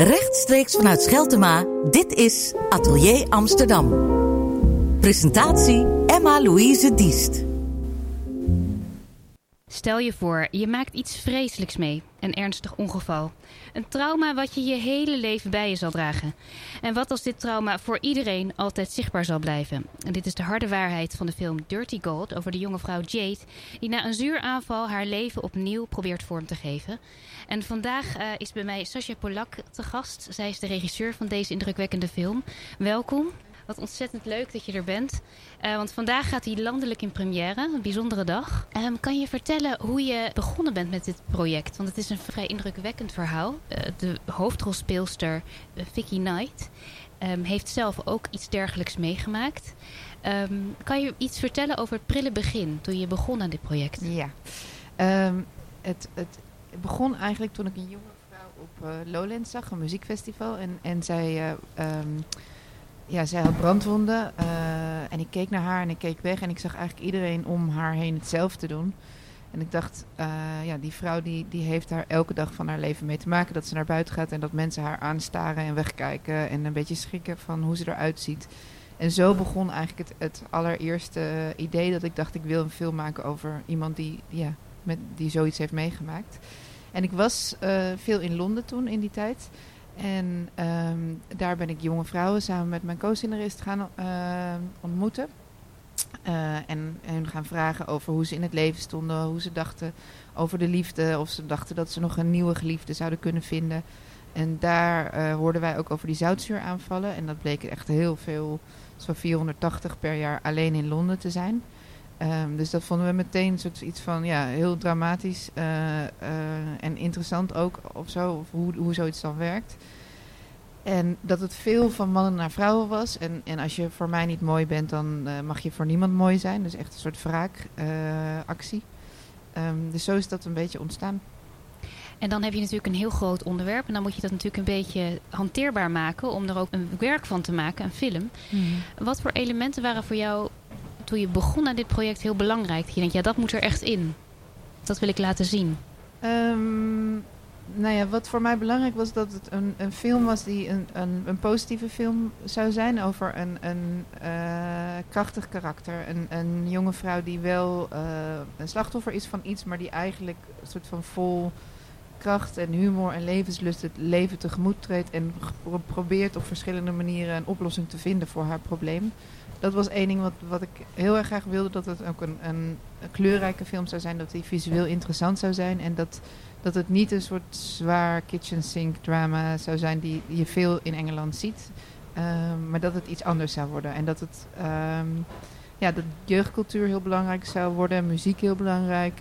Rechtstreeks vanuit Scheltema, dit is Atelier Amsterdam. Presentatie Emma-Louise Diest. Stel je voor, je maakt iets vreselijks mee. Een ernstig ongeval. Een trauma wat je je hele leven bij je zal dragen. En wat als dit trauma voor iedereen altijd zichtbaar zal blijven? En dit is de harde waarheid van de film Dirty Gold over de jonge vrouw Jade, die na een zuuraanval haar leven opnieuw probeert vorm te geven. En vandaag is bij mij Sascha Polak te gast. Zij is de regisseur van deze indrukwekkende film. Welkom. Wat ontzettend leuk dat je er bent. Want vandaag gaat hij landelijk in première. Een bijzondere dag. Kan je vertellen hoe je begonnen bent met dit project? Want het is een vrij indrukwekkend verhaal. De hoofdrolspeelster Vicky Knight heeft zelf ook iets dergelijks meegemaakt. Kan je iets vertellen over het prille begin toen je begon aan dit project? Ja, het begon eigenlijk toen ik een jonge vrouw op Lowlands zag, een muziekfestival. En zij... zij had brandwonden en ik keek naar haar en ik keek weg en ik zag eigenlijk iedereen om haar heen hetzelfde doen. En ik dacht, die vrouw die heeft daar elke dag van haar leven mee te maken. Dat ze naar buiten gaat en dat mensen haar aanstaren en wegkijken en een beetje schrikken van hoe ze eruit ziet. En zo begon eigenlijk het allereerste idee dat ik dacht, ik wil een film maken over iemand die zoiets heeft meegemaakt. En ik was veel in Londen toen in die tijd. En daar ben ik jonge vrouwen samen met mijn co-scenarist gaan ontmoeten. En gaan vragen over hoe ze in het leven stonden, hoe ze dachten over de liefde. Of ze dachten dat ze nog een nieuwe geliefde zouden kunnen vinden. En daar hoorden wij ook over die zoutzuuraanvallen. En dat bleek echt heel veel, zo'n 480 per jaar alleen in Londen te zijn. Dus dat vonden we meteen iets van heel dramatisch en interessant ook of zo, of hoe zoiets dan werkt. En dat het veel van mannen naar vrouwen was. En als je voor mij niet mooi bent, dan mag je voor niemand mooi zijn. Dus echt een soort wraakactie. Dus zo is dat een beetje ontstaan. En dan heb je natuurlijk een heel groot onderwerp. En dan moet je dat natuurlijk een beetje hanteerbaar maken om er ook een werk van te maken, een film. Mm-hmm. Wat voor elementen waren voor jou toen je begon aan dit project heel belangrijk? Dat je denkt, dat moet er echt in. Dat wil ik laten zien. Wat voor mij belangrijk was, dat het een film was die een positieve film zou zijn over een krachtig karakter. Een jonge vrouw die wel een slachtoffer is van iets, maar die eigenlijk een soort van vol kracht en humor en levenslust het leven tegemoet treedt en probeert op verschillende manieren een oplossing te vinden voor haar probleem. Dat was één ding wat ik heel erg graag wilde, dat het ook een kleurrijke film zou zijn, dat die visueel interessant zou zijn en dat het niet een soort zwaar kitchen sink drama zou zijn die je veel in Engeland ziet. Maar dat het iets anders zou worden. En dat het dat jeugdcultuur heel belangrijk zou worden, muziek heel belangrijk.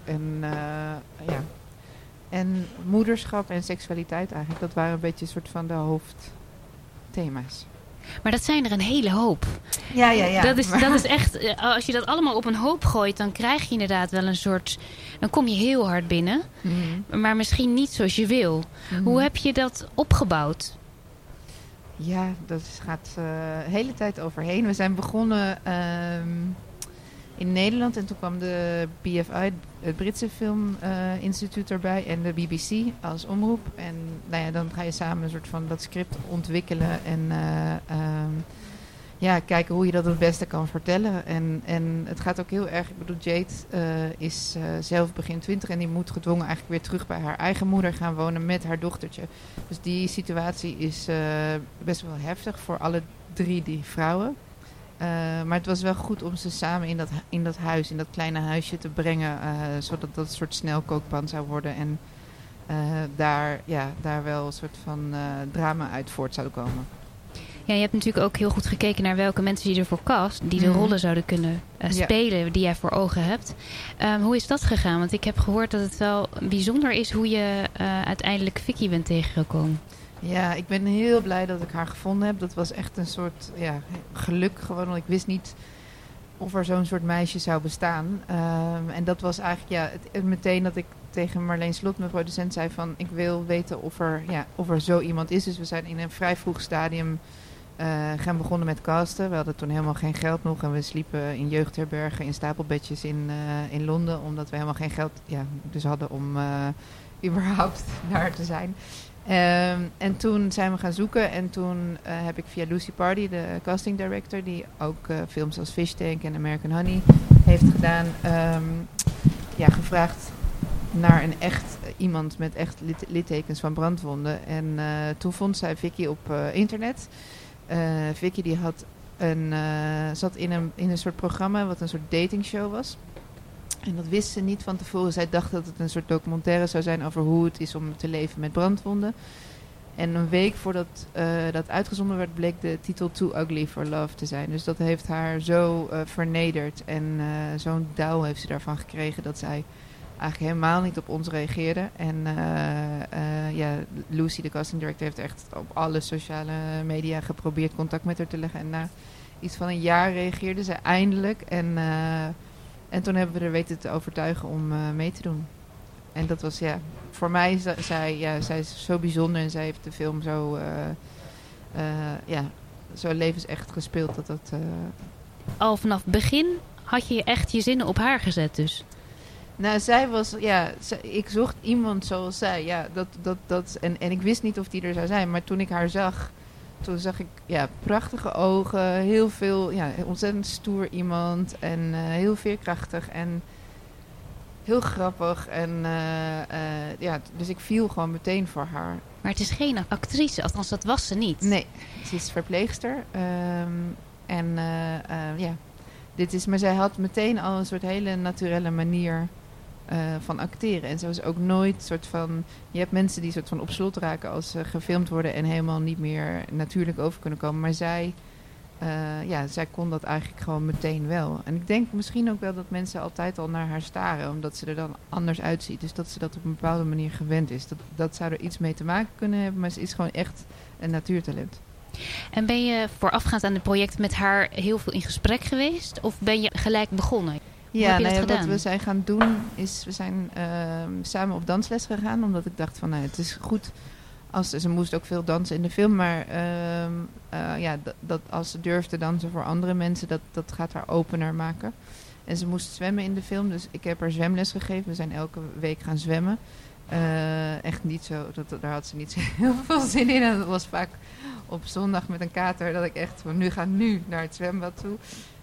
En moederschap en seksualiteit eigenlijk. Dat waren een beetje een soort van de hoofdthema's. Maar dat zijn er een hele hoop. Ja. Dat is echt, als je dat allemaal op een hoop gooit, dan krijg je inderdaad wel een soort, dan kom je heel hard binnen. Mm-hmm. Maar misschien niet zoals je wil. Mm-hmm. Hoe heb je dat opgebouwd? Ja, dat gaat de hele tijd overheen. We zijn begonnen in Nederland en toen kwam de BFI, het Britse Filminstituut erbij en de BBC als omroep. En dan ga je samen een soort van dat script ontwikkelen en kijken hoe je dat het beste kan vertellen. En het gaat ook heel erg, ik bedoel, Jade is zelf begin 20 en die moet gedwongen eigenlijk weer terug bij haar eigen moeder gaan wonen met haar dochtertje. Dus die situatie is best wel heftig voor alle drie die vrouwen. Maar het was wel goed om ze samen in dat huis, in dat kleine huisje te brengen, zodat dat een soort snelkookpan zou worden en daar wel een soort van drama uit voort zou komen. Ja, je hebt natuurlijk ook heel goed gekeken naar welke mensen je ervoor cast, die de rollen zouden kunnen spelen die jij voor ogen hebt. Hoe is dat gegaan? Want ik heb gehoord dat het wel bijzonder is hoe je uiteindelijk Vicky bent tegengekomen. Ja, ik ben heel blij dat ik haar gevonden heb. Dat was echt een soort geluk gewoon, want ik wist niet of er zo'n soort meisje zou bestaan. En dat was eigenlijk meteen dat ik tegen Marleen Slot, mijn producent, zei van ik wil weten of er zo iemand is. Dus we zijn in een vrij vroeg stadium gaan begonnen met casten. We hadden toen helemaal geen geld nog en we sliepen in jeugdherbergen in stapelbedjes in Londen, omdat we helemaal geen geld dus hadden om überhaupt daar te zijn. En toen zijn we gaan zoeken en toen heb ik via Lucy Pardy, de casting director, die ook films als Fish Tank en American Honey heeft gedaan, gevraagd naar een echt iemand met echt littekens van brandwonden. En toen vond zij Vicky op internet. Vicky die had zat in een soort programma wat een soort datingshow was. En dat wist ze niet van tevoren. Zij dacht dat het een soort documentaire zou zijn over hoe het is om te leven met brandwonden. En een week voordat dat uitgezonden werd, bleek de titel Too Ugly for Love te zijn. Dus dat heeft haar zo vernederd. En zo'n dauw heeft ze daarvan gekregen dat zij eigenlijk helemaal niet op ons reageerde. En Lucy, de casting director, heeft echt op alle sociale media geprobeerd contact met haar te leggen. En na iets van een jaar reageerde ze eindelijk. En toen hebben we er weten te overtuigen om mee te doen. En dat was, voor mij, zij is zo bijzonder en zij heeft de film zo levensecht gespeeld. Al vanaf het begin had je echt je zinnen op haar gezet dus? Nou, zij was, ik zocht iemand zoals zij. Ja, en ik wist niet of die er zou zijn, maar toen ik haar zag, toen zag ik prachtige ogen, heel veel, ontzettend stoer iemand en heel veerkrachtig en heel grappig. En dus ik viel gewoon meteen voor haar. Maar het is geen actrice, althans dat was ze niet. Nee, ze is verpleegster. Maar zij had meteen al een soort hele naturele manier van acteren. En ze was ook nooit soort van... Je hebt mensen die soort van op slot raken als ze gefilmd worden en helemaal niet meer natuurlijk over kunnen komen. Maar zij kon dat eigenlijk gewoon meteen wel. En ik denk misschien ook wel dat mensen altijd al naar haar staren, omdat ze er dan anders uitziet. Dus dat ze dat op een bepaalde manier gewend is. Dat zou er iets mee te maken kunnen hebben, maar ze is gewoon echt een natuurtalent. En ben je voorafgaand aan het project met haar heel veel in gesprek geweest? Of ben je gelijk begonnen? Wat we zijn gaan doen is, we zijn samen op dansles gegaan. Omdat ik dacht van, het is goed. Ze moest ook veel dansen in de film. Maar dat als ze durfde dansen voor andere mensen, dat gaat haar opener maken. En ze moest zwemmen in de film. Dus ik heb haar zwemles gegeven. We zijn elke week gaan zwemmen. Echt niet zo, daar had ze niet zo heel veel zin in. En dat was vaak op zondag met een kater dat ik echt van nu naar het zwembad toe.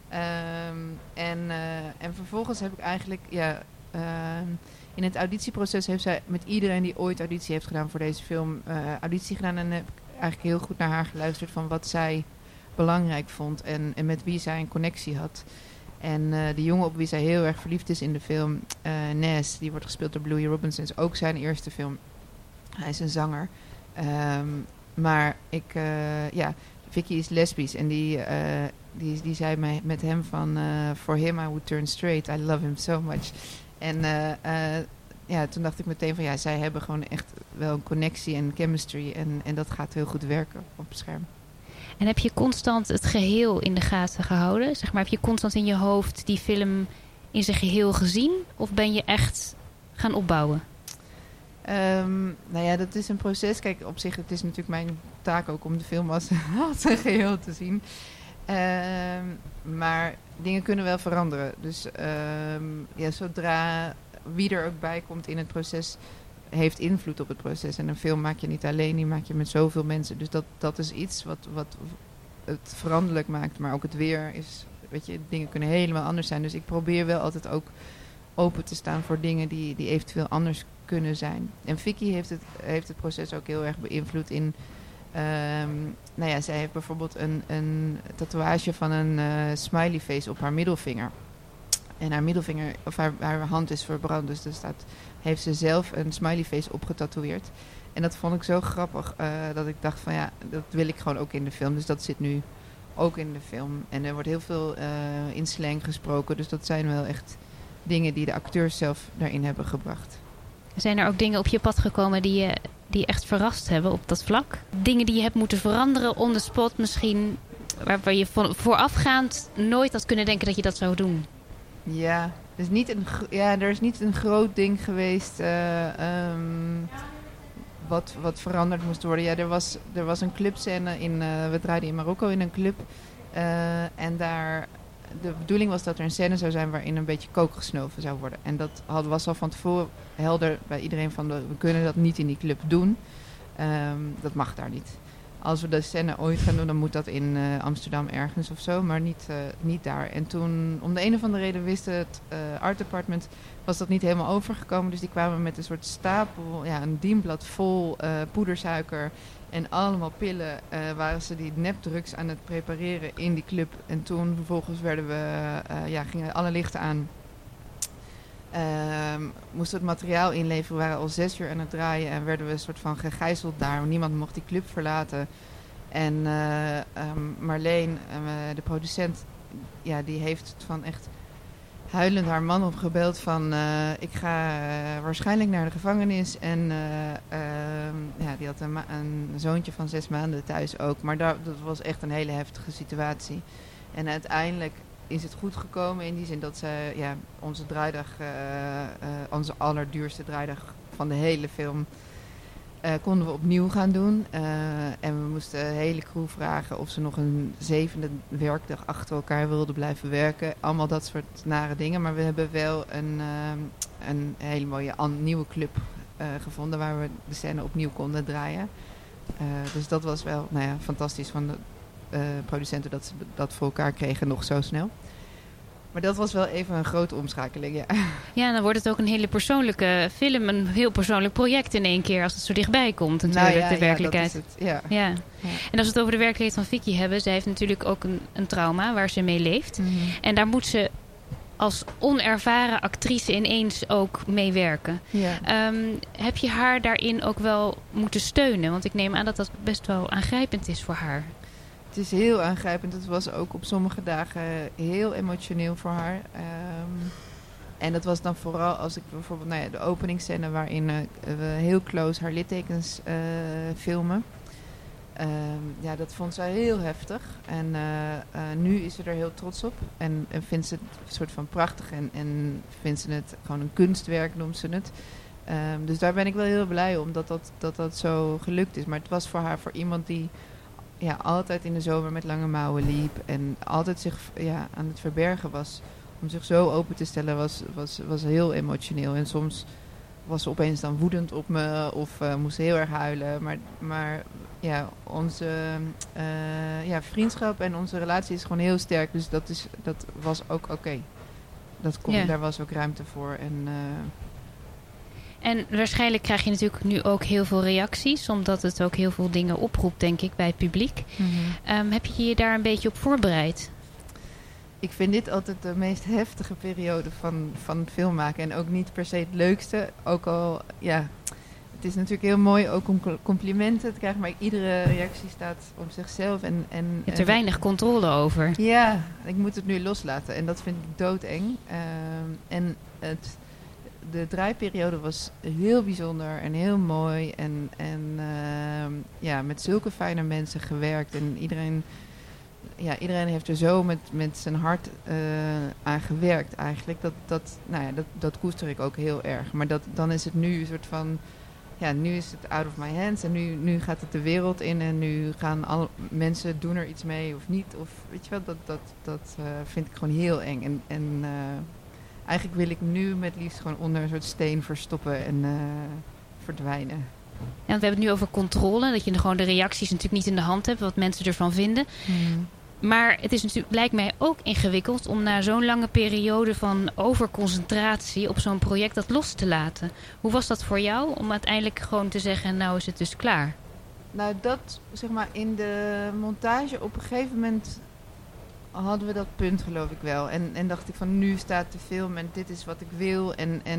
En vervolgens heb ik eigenlijk, in het auditieproces heeft zij met iedereen die ooit auditie heeft gedaan voor deze film, auditie gedaan. En heb ik eigenlijk heel goed naar haar geluisterd van wat zij belangrijk vond en met wie zij een connectie had. En de jongen op wie zij heel erg verliefd is in de film, Nes, die wordt gespeeld door Bluey Robinson, is ook zijn eerste film. Hij is een zanger. Maar Vicky is lesbisch en die zei mij met hem van, for him I would turn straight, I love him so much. En toen dacht ik meteen van, zij hebben gewoon echt wel een connectie en chemistry en dat gaat heel goed werken op het scherm. En heb je constant het geheel in de gaten gehouden? Zeg maar, heb je constant in je hoofd die film in zijn geheel gezien? Of ben je echt gaan opbouwen? Dat is een proces. Kijk, op zich, het is natuurlijk mijn taak ook om de film als een geheel te zien. Maar dingen kunnen wel veranderen. Dus zodra wie er ook bij komt in het proces, heeft invloed op het proces. En een film maak je niet alleen, die maak je met zoveel mensen. Dus dat is iets wat het veranderlijk maakt. Maar ook het weer is, dingen kunnen helemaal anders zijn. Dus ik probeer wel altijd ook open te staan voor dingen die eventueel anders kunnen zijn. En Vicky heeft het proces ook heel erg beïnvloed in... zij heeft bijvoorbeeld een tatoeage van een smiley face op haar middelvinger. En haar middelvinger, of haar hand is verbrand. Dus heeft ze zelf een smiley face opgetatoeëerd. En dat vond ik zo grappig dat ik dacht van dat wil ik gewoon ook in de film. Dus dat zit nu ook in de film. En er wordt heel veel in slang gesproken. Dus dat zijn wel echt dingen die de acteurs zelf daarin hebben gebracht. Zijn er ook dingen op je pad gekomen die echt verrast hebben op dat vlak? Dingen die je hebt moeten veranderen on the spot misschien, waar je voorafgaand nooit had kunnen denken dat je dat zou doen? Ja, er is niet een groot ding geweest wat veranderd moest worden. Ja, er was een clubscène we draaiden in Marokko in een club. En daar, de bedoeling was dat er een scène zou zijn waarin een beetje kook gesnoven zou worden. En dat was al van tevoren helder bij iedereen van, we kunnen dat niet in die club doen. Dat mag daar niet. Als we de scène ooit gaan doen, dan moet dat in Amsterdam ergens of zo, maar niet daar. En toen, om de een of andere reden, wist het art department, was dat niet helemaal overgekomen. Dus die kwamen met een soort stapel, een dienblad vol poedersuiker en allemaal pillen. Waren ze die nepdrugs aan het prepareren in die club. En toen vervolgens gingen alle lichten aan. Moesten we het materiaal inleveren. We waren al 6 uur aan het draaien en werden we een soort van gegijzeld daar. Niemand mocht die club verlaten. En Marleen, de producent, die heeft van echt huilend haar man opgebeld van ik ga waarschijnlijk naar de gevangenis. En die had een zoontje van 6 maanden thuis ook. Maar dat was echt een hele heftige situatie. En uiteindelijk is het goed gekomen in die zin dat ze onze draaidag, onze allerduurste draaidag van de hele film, konden we opnieuw gaan doen. En we moesten de hele crew vragen of ze nog een 7e werkdag achter elkaar wilden blijven werken. Allemaal dat soort nare dingen. Maar we hebben wel een hele mooie nieuwe club gevonden waar we de scène opnieuw konden draaien. Dus dat was wel fantastisch van de producenten dat ze dat voor elkaar kregen nog zo snel. Maar dat was wel even een grote omschakeling, ja. Ja, dan wordt het ook een hele persoonlijke film, een heel persoonlijk project in één keer als het zo dichtbij komt natuurlijk, de werkelijkheid. Dat is het, ja. En als we het over de werkelijkheid van Vicky hebben, zij heeft natuurlijk ook een trauma waar ze mee leeft. Mm-hmm. En daar moet ze als onervaren actrice ineens ook mee werken. Ja. Heb je haar daarin ook wel moeten steunen? Want ik neem aan dat dat best wel aangrijpend is voor haar. Het is heel aangrijpend. Het was ook op sommige dagen heel emotioneel voor haar. En dat was dan vooral als ik bijvoorbeeld de openingsscène waarin we heel close haar littekens filmen. Dat vond zij heel heftig. En nu is ze er heel trots op. En vindt ze het een soort van prachtig. En vindt ze het gewoon een kunstwerk, noemt ze het. Dus daar ben ik wel heel blij om dat zo gelukt is. Maar het was voor haar, voor iemand die altijd in de zomer met lange mouwen liep. En altijd zich aan het verbergen was. Om zich zo open te stellen was heel emotioneel. En soms was ze opeens dan woedend op me. Of moest ze heel erg huilen. Maar onze vriendschap en onze relatie is gewoon heel sterk. Dus dat was ook oké. Daar was ook ruimte voor. En waarschijnlijk krijg je natuurlijk nu ook heel veel reacties. Omdat het ook heel veel dingen oproept, denk ik, bij het publiek. Mm-hmm. Heb je je daar een beetje op voorbereid? Ik vind dit altijd de meest heftige periode van film maken. En ook niet per se het leukste. Ook al, het is natuurlijk heel mooi ook om complimenten te krijgen. Maar iedere reactie staat op zichzelf. Je hebt er weinig controle over. Ja, ik moet het nu loslaten. En dat vind ik doodeng. De draaiperiode was heel bijzonder en heel mooi. En met zulke fijne mensen gewerkt. En iedereen heeft er zo met zijn hart aan gewerkt eigenlijk. Dat koester ik ook heel erg. Maar dan is het nu een soort van... nu is het out of my hands. En nu gaat het de wereld in. En nu gaan alle mensen doen er iets mee of niet. Of weet je wel, dat vind ik gewoon heel eng. En eigenlijk wil ik nu met liefst gewoon onder een soort steen verstoppen en verdwijnen. Ja, want we hebben het nu over controle. Dat je gewoon de reacties natuurlijk niet in de hand hebt. Wat mensen ervan vinden. Mm. Maar het is natuurlijk, lijkt mij ook ingewikkeld om na zo'n lange periode van overconcentratie op zo'n project dat los te laten. Hoe was dat voor jou om uiteindelijk gewoon te zeggen, nou is het dus klaar? Nou, dat zeg maar in de montage op een gegeven moment hadden we dat punt, geloof ik wel. En dacht ik van, nu staat de film en dit is wat ik wil.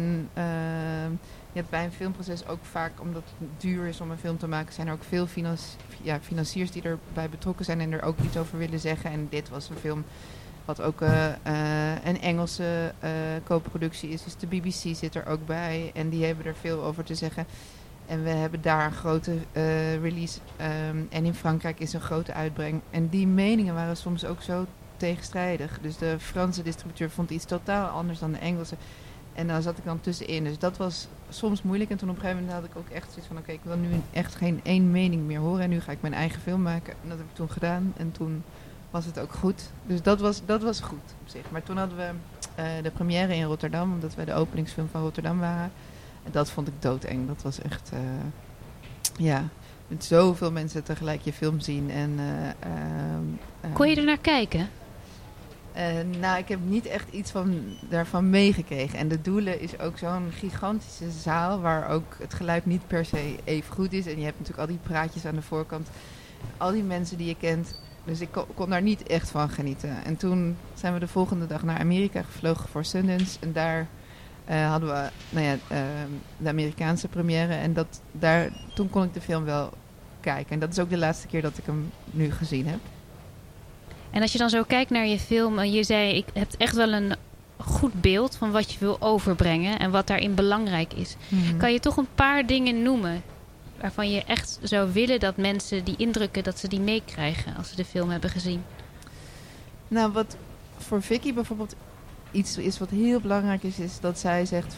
Je hebt bij een filmproces ook vaak, omdat het duur is om een film te maken, zijn er ook veel financiers die erbij betrokken zijn en er ook iets over willen zeggen. En dit was een film wat ook een Engelse co-productie is. Dus de BBC zit er ook bij en die hebben er veel over te zeggen. En we hebben daar een grote release. En in Frankrijk is een grote uitbreng. En die meningen waren soms ook zo tegenstrijdig. Dus de Franse distributeur vond iets totaal anders dan de Engelse. En daar zat ik dan tussenin. Dus dat was soms moeilijk. En toen op een gegeven moment had ik ook echt zoiets van... Oké, ik wil nu echt geen één mening meer horen. En nu ga ik mijn eigen film maken. En dat heb ik toen gedaan. En toen was het ook goed. Dus dat was goed op zich. Maar toen hadden we de première in Rotterdam. Omdat wij de openingsfilm van Rotterdam waren. En dat vond ik doodeng. Dat was echt... met zoveel mensen tegelijk je film zien. En, kon je er naar kijken? Nou, ik heb niet echt iets daarvan meegekregen. En de Doelen is ook zo'n gigantische zaal waar ook het geluid niet per se even goed is. En je hebt natuurlijk al die praatjes aan de voorkant. Al die mensen die je kent. Dus ik kon daar niet echt van genieten. En toen zijn we de volgende dag naar Amerika gevlogen voor Sundance. En daar hadden we de Amerikaanse première. En toen kon ik de film wel kijken. En dat is ook de laatste keer dat ik hem nu gezien heb. En als je dan zo kijkt naar je film, je zei, ik heb echt wel een goed beeld van wat je wil overbrengen en wat daarin belangrijk is. Mm-hmm. Kan je toch een paar dingen noemen waarvan je echt zou willen dat mensen die indrukken, dat ze die meekrijgen als ze de film hebben gezien? Nou, wat voor Vicky bijvoorbeeld iets is wat heel belangrijk is dat zij zegt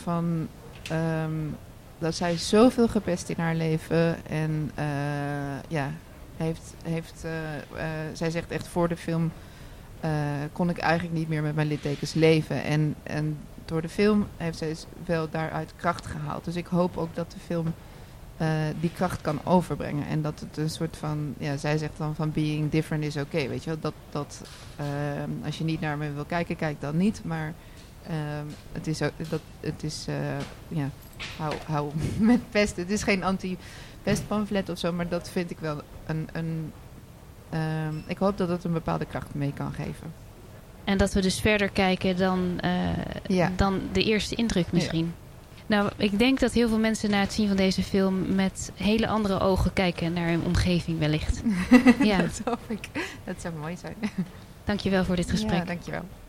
dat zij zoveel gepest in haar leven en zij zegt echt voor de film kon ik eigenlijk niet meer met mijn littekens leven. En door de film heeft zij wel daaruit kracht gehaald. Dus ik hoop ook dat de film die kracht kan overbrengen. En dat het een soort van, zij zegt dan van being different is okay, weet je wel. Dat als je niet naar me wil kijken, kijk dan niet. Maar hou met pest. Het is geen anti-pestpamflet of zo, maar dat vind ik wel ik hoop dat het een bepaalde kracht mee kan geven. En dat we dus verder kijken dan de eerste indruk misschien. Ja. Nou, ik denk dat heel veel mensen na het zien van deze film met hele andere ogen kijken naar hun omgeving wellicht. Ja. Dat hoop ik. Dat zou mooi zijn. Dankjewel voor dit gesprek. Ja, dankjewel.